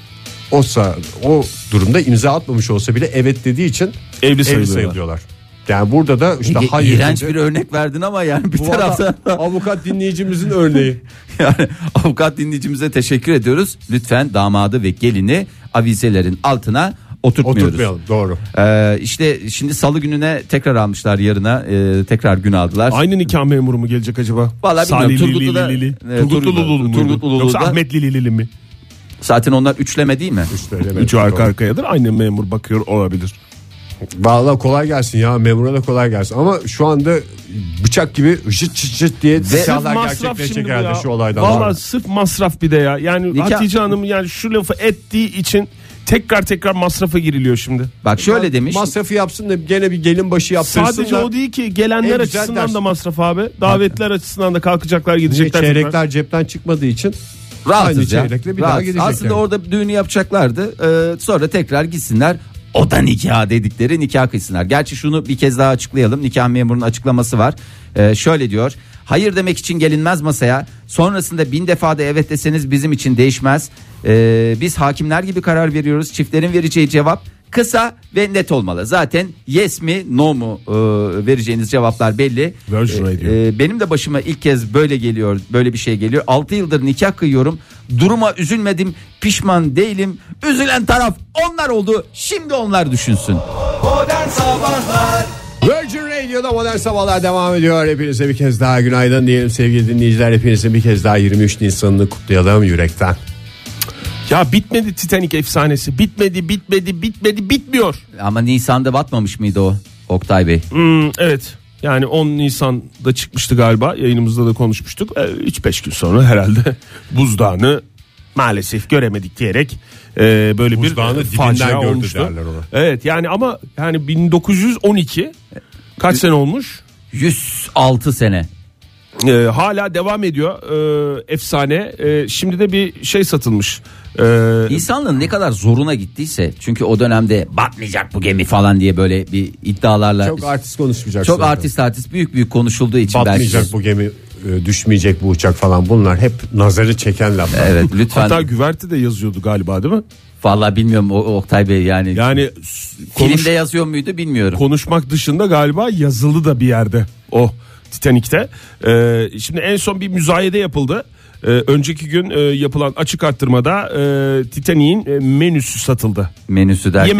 O durumda imza atmamış olsa bile evet dediği için Evli evli sayılıyorlar. sayılıyorlar. Yani burada da işte hayır İğrenç dedi. bir örnek verdin ama yani bir Bu taraftan avukat dinleyicimizin örneği. yani avukat dinleyicimize teşekkür ediyoruz. Lütfen damadı ve gelini avizelerin altına oturtmuyoruz. Oturtmayalım, doğru. İşte şimdi salı gününe tekrar almışlar, yarına tekrar gün aldılar. Aynı nikah memuru mu gelecek acaba? Vallahi bilmiyorum. Turgutlu'da- Turgutlulu muydu? Turgutlulu'da- Yoksa Ahmetli Lili mi? Zaten onlar üçleme değil mi? Üçü arka arkayadır. Aynı memur bakıyor olabilir. Vallahi kolay gelsin ya, memura da kolay gelsin. Ama şu anda bıçak gibi jıt jıt jıt diye silahlar gerçekleşecek herhalde şu olaydan. Valla sonra. sırf masraf bir de ya. Yani Nikah- Hatice Hanım yani şu lafı ettiği için tekrar masrafa giriliyor şimdi. Bak şöyle demiş. Masrafı yapsın da gene bir gelin başı yaptırsın Sadece da. o değil ki, gelenler En güzel açısından ders. da masraf abi. Davetler açısından da kalkacaklar, Niye gidecekler. çeyrekler cepten çıkmadığı için Rahatız aynı ya. çeyrekle bir daha Rahatız. gidecek. Aslında yani. orada düğünü yapacaklardı. Sonra tekrar gitsinler. O da nikah dedikleri nikah kıysınlar. Gerçi şunu bir kez daha açıklayalım. Nikah memurunun açıklaması var. Şöyle diyor. Hayır demek için gelinmez masaya. Sonrasında 1000 defa da evet deseniz bizim için değişmez. Biz hakimler gibi karar veriyoruz. Çiftlerin vereceği cevap kısa ve net olmalı. Zaten yes mi no mu vereceğiniz cevaplar belli. Virgin Radio. Benim de başıma ilk kez böyle bir şey geliyor. 6 yıldır nikah kıyıyorum. Duruma üzülmedim, pişman değilim. Üzülen taraf onlar oldu. Şimdi onlar düşünsün. Modern Sabahlar Virgin Radio'da Modern Sabahlar devam ediyor. Hepinize bir kez daha günaydın diyelim sevgili dinleyiciler. Hepinize bir kez daha 23 Nisan'ını kutlayalım yürekten. Ya bitmedi Titanic efsanesi. Bitmiyor. Ama Nisan'da batmamış mıydı o Oktay Bey? Evet. Yani 10 Nisan'da çıkmıştı galiba. Yayınımızda da konuşmuştuk. 3-5 gün sonra herhalde buzdağını maalesef göremedik diyerek böyle Buzdağını bir dibinden facia gördü olmuştu. derler ona. Evet yani ama yani 1912 kaç sene olmuş? 106 sene. Hala devam ediyor efsane. Şimdi de bir şey satılmış. İnsanlığın ne kadar zoruna gittiyse, çünkü o dönemde batmayacak bu gemi falan diye böyle bir iddialarla Çok artist konuşmayacaksın. çok artist büyük konuşulduğu için Batmayacak belki. bu gemi, düşmeyecek bu uçak falan, bunlar hep nazarı çeken laflar. Evet lütfen. Hatta güverte de yazıyordu galiba, değil mi? Vallahi bilmiyorum Oktay Bey, yani konuş, filmde yazıyor muydu bilmiyorum. konuşmak dışında galiba yazılı da bir yerde o Titanik'te. Şimdi en son bir müzayede yapıldı. Önceki gün yapılan açık arttırmada Titanik'in menüsü satıldı. Menüsü derken.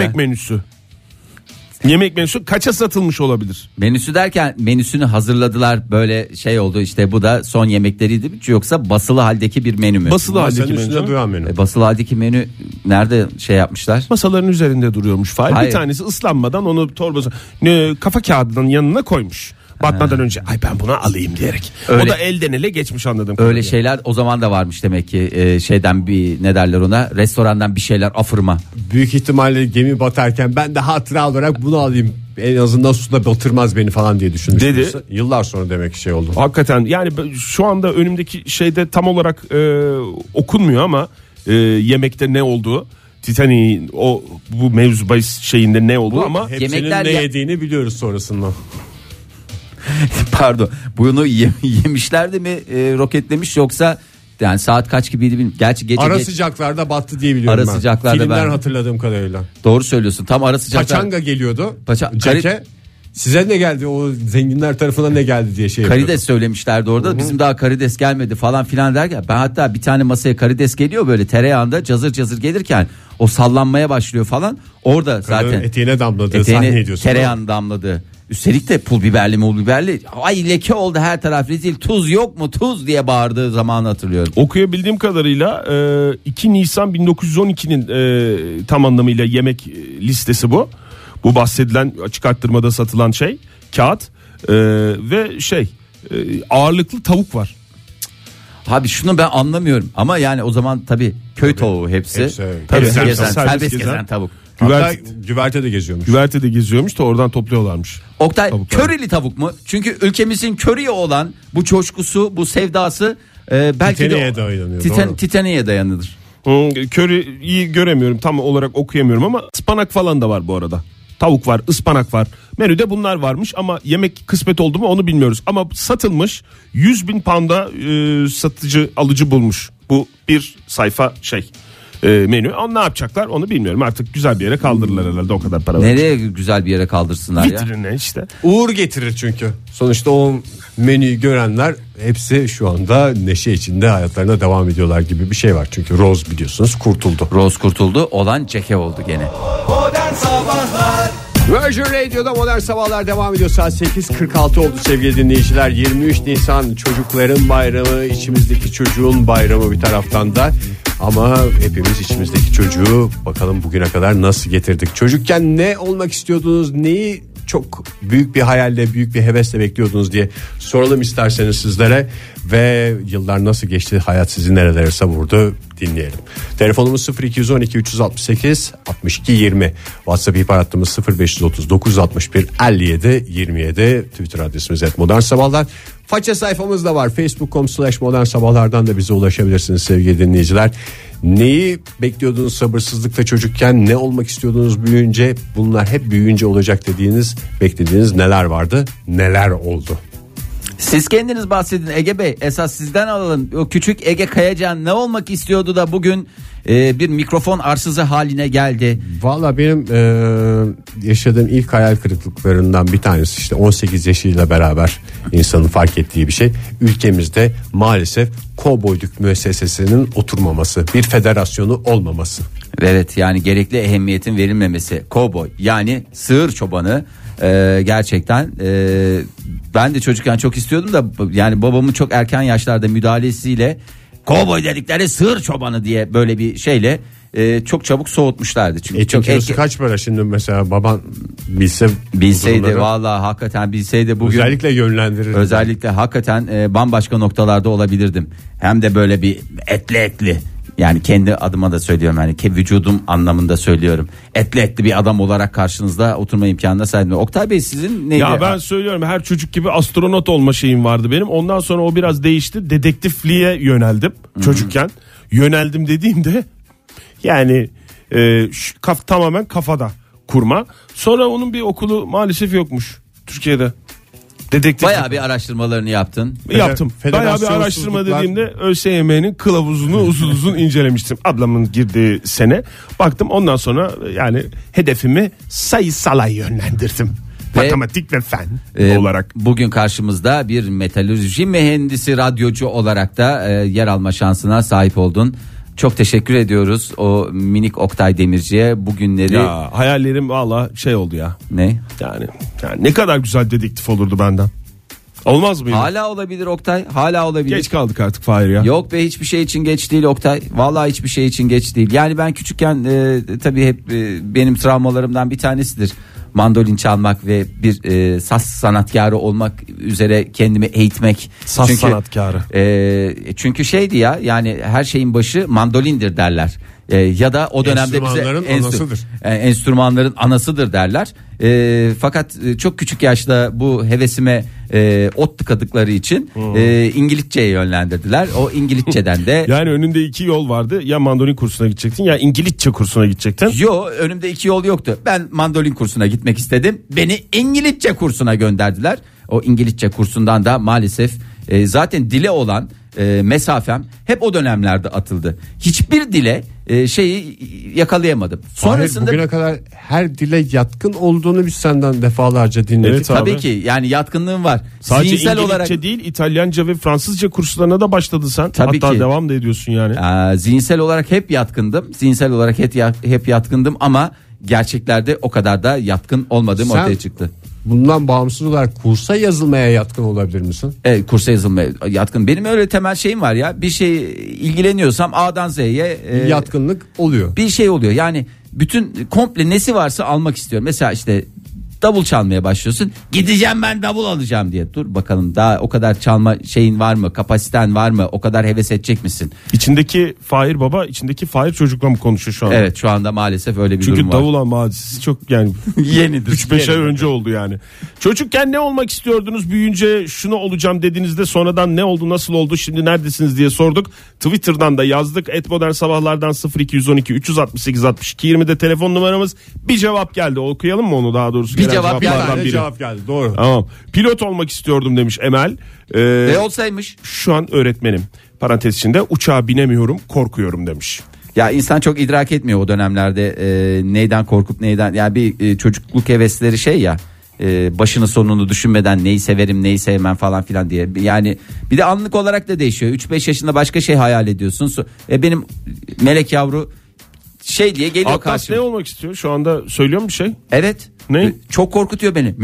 Yemek menüsü kaça satılmış olabilir? Menüsü derken menüsünü hazırladılar, böyle şey oldu işte, bu da son yemekleriydi, yoksa basılı haldeki bir menü mü? Basılı Masanın haldeki üstünde menü. duran menü. Basılı haldeki menü nerede şey yapmışlar? Masaların üzerinde duruyormuş Fahir. Hayır. Bir tanesi ıslanmadan onu torbası kafa kağıdının yanına koymuş. Batmadan önce ay ben bunu alayım diyerek. Öyle. O da elden ele geçmiş, anladım. Öyle kadarıyla. şeyler o zaman da varmış demek ki, şeyden bir ne derler ona, restorandan bir şeyler afırma. Büyük ihtimalle gemi batarken ben de hatıra olarak bunu alayım, en azından suda batırmaz beni falan diye düşünmüştüm. Dedi. Yıllar sonra demek ki şey oldu. Hakikaten yani şu anda önümdeki şeyde tam olarak okunmuyor ama yemekte ne olduğu, Titanik'in bu mevzu bahis şeyinde ne olduğu, Bu ama Hepsinin Yemekler ne ya- yediğini biliyoruz sonrasında. Pardon, bunu yemişler de mi roketlemiş, yoksa yani saat kaç gibiydi bilmiyorum. Gerçi gece Ara geç- sıcaklarda battı diye biliyorum Ara ben. sıcaklarda Filmden ben- hatırladığım kadarıyla. doğru söylüyorsun, tam ara sıcaklar. Paçanga geliyordu. Paça- Ceke. Size ne geldi, o zenginler tarafına ne geldi diye şey yapıyordu. Karides söylemişlerdi orada. Bizim daha karides gelmedi falan filan derken, ben hatta bir tane masaya karides geliyor böyle tereyağında cazır cazır gelirken o sallanmaya başlıyor falan. Orada zaten Eteğine damladığı sahne ediyorsun. tereyağın damladı. Üstelik de pul biberli. Ay leke oldu her taraf, rezil, tuz yok mu tuz diye bağırdığı zamanı hatırlıyorum. okuyabildiğim kadarıyla 2 Nisan 1912'nin tam anlamıyla yemek listesi bu. Bu bahsedilen açık arttırmada satılan şey kağıt ve ağırlıklı tavuk var. Abi şunu ben anlamıyorum ama yani o zaman tabii köy tavuğu hepsi. Hepsi, evet. Tabii, Serbest gezen tavuk. Hatta güverte de geziyormuş. Güverte de geziyormuş da oradan topluyorlarmış. Oktay, Tavuklar. körili tavuk mu? Çünkü ülkemizin köriye olan bu coşkusu, bu sevdası belki Titanik'e de dayanıyor, doğru. Titanik'e dayanır. Köriyi göremiyorum, tam olarak okuyamıyorum ama ıspanak falan da var bu arada. Tavuk var, ıspanak var. Menüde bunlar varmış ama yemek kısmet oldu mu onu bilmiyoruz. Ama satılmış, 100.000 pound'a satıcı alıcı bulmuş. Bu bir sayfa menü. Ne yapacaklar onu bilmiyorum. Artık güzel bir yere kaldırırlar herhalde, o kadar para var. Nereye güzel bir yere kaldırsınlar ya? Vitrine işte. Uğur getirir çünkü. Sonuçta o menüyü görenler hepsi şu anda neşe içinde hayatlarına devam ediyorlar gibi bir şey var. Çünkü Rose biliyorsunuz kurtuldu. Rose kurtuldu, olan Ceke oldu gene. Modern Sabahlar Virgin Radio'da Modern Sabahlar devam ediyor. Saat 8.46 oldu sevgili dinleyiciler. 23 Nisan çocukların bayramı, içimizdeki çocuğun bayramı bir taraftan da. Ama hepimiz içimizdeki çocuğu bakalım bugüne kadar nasıl getirdik. Çocukken ne olmak istiyordunuz, neyi çok büyük bir hayalle, büyük bir hevesle bekliyordunuz diye soralım isterseniz sizlere. Ve yıllar nasıl geçti, hayat sizi nerelere savurdu dinleyelim. Telefonumuz 0212 368 62 20. WhatsApp ihbar hattımız 0539 61 57 27. Twitter adresimiz @modernsabahlar. Faça sayfamız da var. Facebook.com/modernsabahlardan da bize ulaşabilirsiniz sevgili dinleyiciler. Neyi bekliyordunuz sabırsızlıkla çocukken, ne olmak istiyordunuz büyüyünce, bunlar hep büyüyünce olacak dediğiniz, beklediğiniz neler vardı, neler oldu? Siz kendiniz bahsedin Ege Bey, esas sizden alalım. O küçük Ege Kayacan ne olmak istiyordu da bugün bir mikrofon arsızı haline geldi? Valla benim yaşadığım ilk hayal kırıklıklarından bir tanesi işte 18 yaşıyla beraber insanın fark ettiği bir şey. Ülkemizde maalesef kovboyluk müessesesinin oturmaması, bir federasyonu olmaması. Evet, yani gerekli ehemmiyetin verilmemesi. Kovboy yani sığır çobanı, gerçekten ben de çocukken çok istiyordum da yani babamın çok erken yaşlarda müdahalesiyle kovboy dedikleri sığır çobanı diye böyle bir şeyle çok çabuk soğutmuşlardı. Çünkü Etin çok kilosu kaç para şimdi mesela, baban bilseydi bunları, vallahi hakikaten bilseydi bugün özellikle yönlendirir. özellikle hakikaten bambaşka noktalarda olabilirdim. Hem de böyle bir etli Yani kendi adıma da söylüyorum, yani vücudum anlamında söylüyorum. Etli bir adam olarak karşınızda oturma imkanına sahibim. Oktay Bey sizin neydi? Ya ben söylüyorum, her çocuk gibi astronot olma şeyim vardı benim. Ondan sonra o biraz değişti. Dedektifliğe yöneldim çocukken. Yöneldim dediğimde yani tamamen kafada kurma. Sonra onun bir okulu maalesef yokmuş Türkiye'de. Dedektif. Bayağı bir araştırmalarını yaptın. Yaptım. Bayağı bir araştırma dediğimde ÖSYM'nin kılavuzunu uzun incelemiştim. Ablamın girdiği sene. Baktım, ondan sonra yani hedefimi sayısala yönlendirdim. Matematik ve fen olarak. Bugün karşımızda bir metalürji mühendisi, radyocu olarak da yer alma şansına sahip oldun. Çok teşekkür ediyoruz o minik Oktay Demirci'ye bugünleri. Ya hayallerim valla oldu ya. Ne? Yani ne kadar güzel dedektif olurdu benden. Olmaz mıydı? Hala olabilir Oktay. Hala olabilir. Geç kaldık artık Fahir ya. Yok be, hiçbir şey için geç değil Oktay. Vallahi hiçbir şey için geç değil. Yani ben küçükken tabii hep benim travmalarımdan bir tanesidir. Mandolin çalmak ve bir saz sanatkarı olmak üzere kendimi eğitmek. Saz sanatkarı. Çünkü şeydi ya, yani her şeyin başı mandolindir derler. Ya da o dönemde bize enstrümanların anasıdır derler. Fakat çok küçük yaşta bu hevesime ot tıkadıkları için İngilizceye yönlendirdiler. O İngilizceden de yani önünde iki yol vardı. Ya mandolin kursuna gidecektin ya İngilizce kursuna gidecektin. Yo, önümde iki yol yoktu. Ben mandolin kursuna gitmek istedim. Beni İngilizce kursuna gönderdiler. O İngilizce kursundan da maalesef zaten dile olan mesafem hep o dönemlerde atıldı. Hiçbir dile şeyi yakalayamadım. Sonrasında bugüne kadar her dile yatkın olduğunu biz senden defalarca dinledik. Evet, tabii ki yani yatkınlığım var. Sadece zihinsel İngilizce olarak değil, İtalyanca ve Fransızca kurslarına da başladın sen. Tabii hatta ki. devam da ediyorsun yani. Zihinsel olarak hep yatkındım. Zihinsel olarak hep yatkındım ama gerçeklerde o kadar da yatkın olmadığım ortaya çıktı. Bundan bağımsız olarak kursa yazılmaya yatkın olabilir misin? Evet, kursa yazılmaya yatkın. Benim öyle temel şeyim var ya. Bir şey ilgileniyorsam A'dan Z'ye yatkınlık oluyor. Bir şey oluyor. Yani bütün komple nesi varsa almak istiyorum. Mesela işte davul çalmaya başlıyorsun. Gideceğim ben davul alacağım diye. Dur bakalım, daha o kadar çalma şeyin var mı? Kapasiten var mı? O kadar heves edecek misin? İçindeki Fahir baba, içindeki Fahir çocukla mı konuşuyor şu anda? Evet, şu anda maalesef öyle bir durum var. Çünkü davul alma hadisesi çok yani yenidir. 3-5 ay önce oldu yani. Çocukken ne olmak istiyordunuz? Büyüyünce şunu olacağım dediğinizde sonradan ne oldu, nasıl oldu, şimdi neredesiniz diye sorduk. Twitter'dan da yazdık. @modernsabahlardan 0212 368 62 20'de telefon numaramız. Bir cevap geldi. Okuyalım mı onu, daha doğrusu? Bir cevap geldi. Cevap geldi. Doğru. Tamam. Pilot olmak istiyordum demiş Emel. Ne olsaymış? Şu an öğretmenim. Parantez içinde uçağa binemiyorum, korkuyorum demiş. Ya insan çok idrak etmiyor o dönemlerde neyden korkup neyden, yani bir çocukluk hevesleri ya, başını sonunu düşünmeden neyi severim neyi sevmem falan filan diye, yani bir de anlık olarak da değişiyor. 3-5 yaşında başka şey hayal ediyorsun. Benim melek yavru diye geliyor Atlas karşıma. ne olmak istiyor? Şu anda söylüyor mu bir şey? Evet. Ne? Çok korkutuyor beni.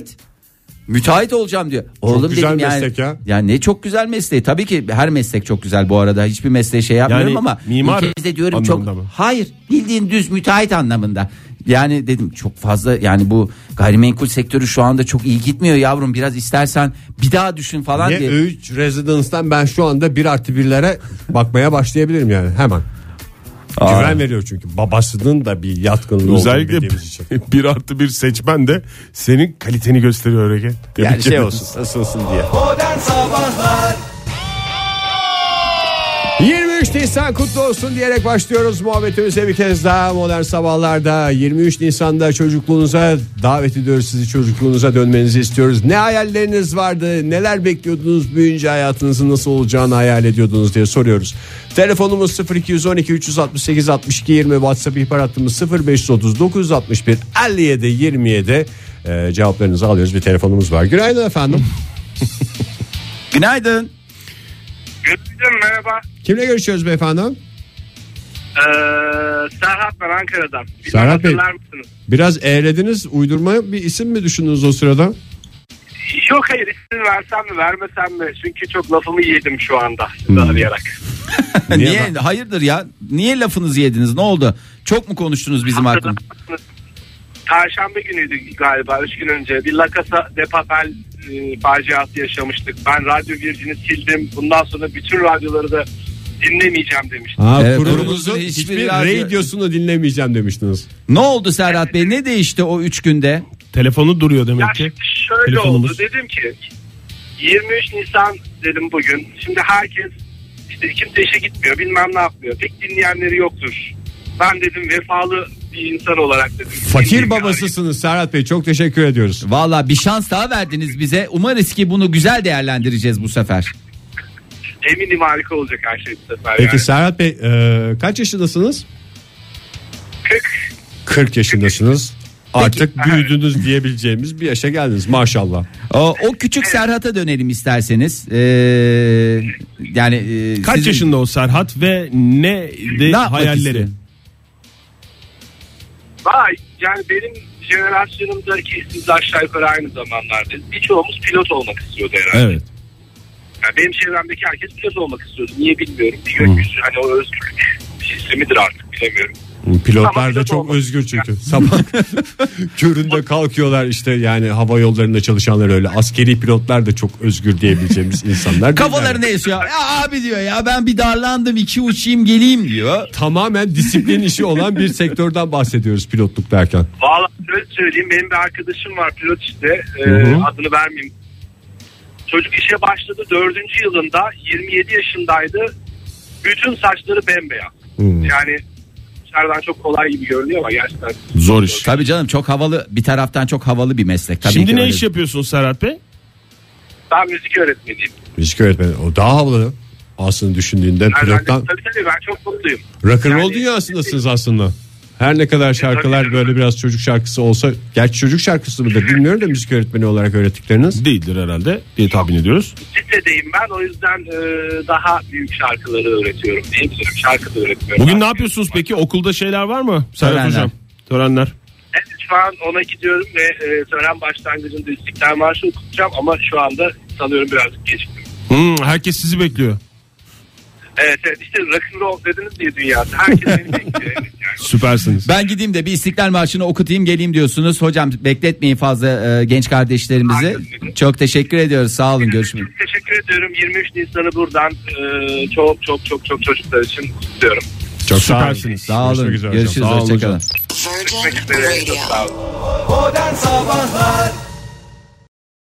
Müteahhit olacağım diyor. Oğlum güzel dedim yani. meslek ya. Yani ne çok güzel mesleği. Tabii ki her meslek çok güzel bu arada. Hiçbir mesleği şey yapmıyorum Yani ama mimar bir kez de diyorum çok. anlamında mı? Hayır, bildiğin düz müteahhit anlamında. Yani dedim çok fazla, yani bu gayrimenkul sektörü şu anda çok iyi gitmiyor yavrum. Biraz istersen bir daha düşün falan diye. Ö3 Residence'dan ben şu anda 1+1'lere bakmaya başlayabilirim yani hemen. Güven veriyor çünkü babasının da bir yatkınlığı Özellikle olduğunu bildiğimiz için. 1+1 seçmen de senin kaliteni gösteriyor Ege. Yani şey olsun, ısınsın diye. Modern Sabahlar 23 Nisan kutlu olsun diyerek başlıyoruz muhabbetimize bir kez daha. Modern Sabahlar'da 23 Nisan'da çocukluğunuza davet ediyoruz, sizi çocukluğunuza dönmenizi istiyoruz. Ne hayalleriniz vardı, neler bekliyordunuz, büyüyünce hayatınızın nasıl olacağını hayal ediyordunuz diye soruyoruz. Telefonumuz 0212 368 62 20, WhatsApp ihbar hattımız 0530 961 57 27. Cevaplarınızı alıyoruz, bir telefonumuz var. Günaydın efendim. Günaydın. Günaydın, merhaba. Kimle görüşüyoruz beyefendi? Serhat ben Ankara'dan. Serhat Bey. Hatırlar mısınız? Biraz eğlediniz, uydurma bir isim mi düşündünüz o sırada? Yok, hayır, isim versem mi vermesem mi? Çünkü çok lafımı yedim şu anda sizi arayarak. Niye? Hayırdır ya? Niye lafınızı yediniz? Ne oldu? Çok mu konuştunuz bizim hakkında? Perşembe günüydü galiba, 3 gün önce. Bir La Casa de Papel faciası yaşamıştık. Ben Radyo Virgin'i sildim. Bundan sonra bütün radyoları da dinlemeyeceğim demiştim. Kurumumuzun hiçbir radyosunu dinlemeyeceğim demiştiniz. Ne oldu Serhat Bey? Ne değişti o 3 günde? Telefonu duruyor demek ki. Şöyle Telefonumuz. oldu, dedim ki 23 Nisan dedim bugün. Şimdi herkes işte kimse işe gitmiyor, bilmem ne yapmıyor. Pek dinleyenleri yoktur. Ben dedim vefalı bir insan olarak dedim. Fakir babasısınız Serhat Bey, çok teşekkür ediyoruz. Valla bir şans daha verdiniz bize. Umarız ki bunu güzel değerlendireceğiz bu sefer. Eminim harika olacak her şey bu sefer. Peki yani. Serhat Bey kaç yaşındasınız? 40. 40 yaşındasınız. Artık büyüdünüz diyebileceğimiz bir yaşa geldiniz maşallah. O küçük Serhat'a dönelim isterseniz. Kaç yaşında o Serhat ve ne hayalleri? Vay, yani benim jenerasyonumdaki ikimiz aşağı yukarı aynı zamanlarda. Birçoğumuz pilot olmak istiyordu herhalde. Evet. Yani benim çevremdeki herkes pilot olmak istiyordu. Niye bilmiyorum. Bir gökyüzü hani o özgürlük hissi midir artık bilemiyorum. Pilotlar da çok özgür çünkü. Sabah köründe kalkıyorlar işte, yani hava yollarında çalışanlar öyle. Askeri pilotlar da çok özgür diyebileceğimiz insanlar. Kafalarını esiyor. Ya abi diyor ya, ben bir darlandım, 2 uçayım geleyim diyor. Tamamen disiplin işi olan bir sektörden bahsediyoruz pilotluk derken. Vallahi öyle söyleyeyim, benim bir arkadaşım var pilot işte. Adını vermeyeyim. Çocuk işe başladı 4. yılında, 27 yaşındaydı. Bütün saçları bembeyaz. Yani dışarıdan çok kolay gibi görünüyor ama gerçekten zor iş. Tabii canım, çok havalı, bir taraftan çok havalı bir meslek. Tabii Şimdi ne öyle. iş yapıyorsun Serhat Bey? Ben müzik öğretmeniyim. Müzik öğretmeni, o daha havalı aslında düşündüğünde pilottan. Tabii ben çok mutluyum. Rock'n'roll Yani- dünyasındasınız aslında. Her ne kadar şarkılar tabii. böyle biraz çocuk şarkısı olsa, gerçi çocuk şarkısı mıdır bilmiyorum da müzik öğretmeni olarak öğrettikleriniz. Değildir herhalde diye tahmin ediyoruz. Lisedeyim ben, o yüzden daha büyük şarkıları öğretiyorum diyebilirim. Şarkı da öğretmiyorum. Bugün ne yapıyorsunuz peki? Okulda şeyler var mı Serhat Törenler. Hocam? Törenler. Evet, şu an ona gidiyorum ve tören başlangıcında İstiklal Marşı okutacağım ama şu anda sanıyorum birazcık geciktim. Herkes sizi bekliyor. Evet işte rock'n'roll dediniz diye dünyası. Herkes beni bekliyor. Evet, yani. Süpersiniz. Ben gideyim de bir İstiklal Marşı'nı okutayım geleyim diyorsunuz. Hocam bekletmeyin fazla genç kardeşlerimizi. Aynen. Çok teşekkür ediyoruz. Sağ olun, görüşmek üzere. Teşekkür ediyorum. 23 Nisan'ı buradan çok çocuklar için kutluyorum. Çok Süpersiniz. Sağ olun. Görüşmek üzere hocam. Görüşürüz. Sağ olun Hoşçakalın. hocam. Görüşmek üzere. Çok sağ olun. Modern Sabahlar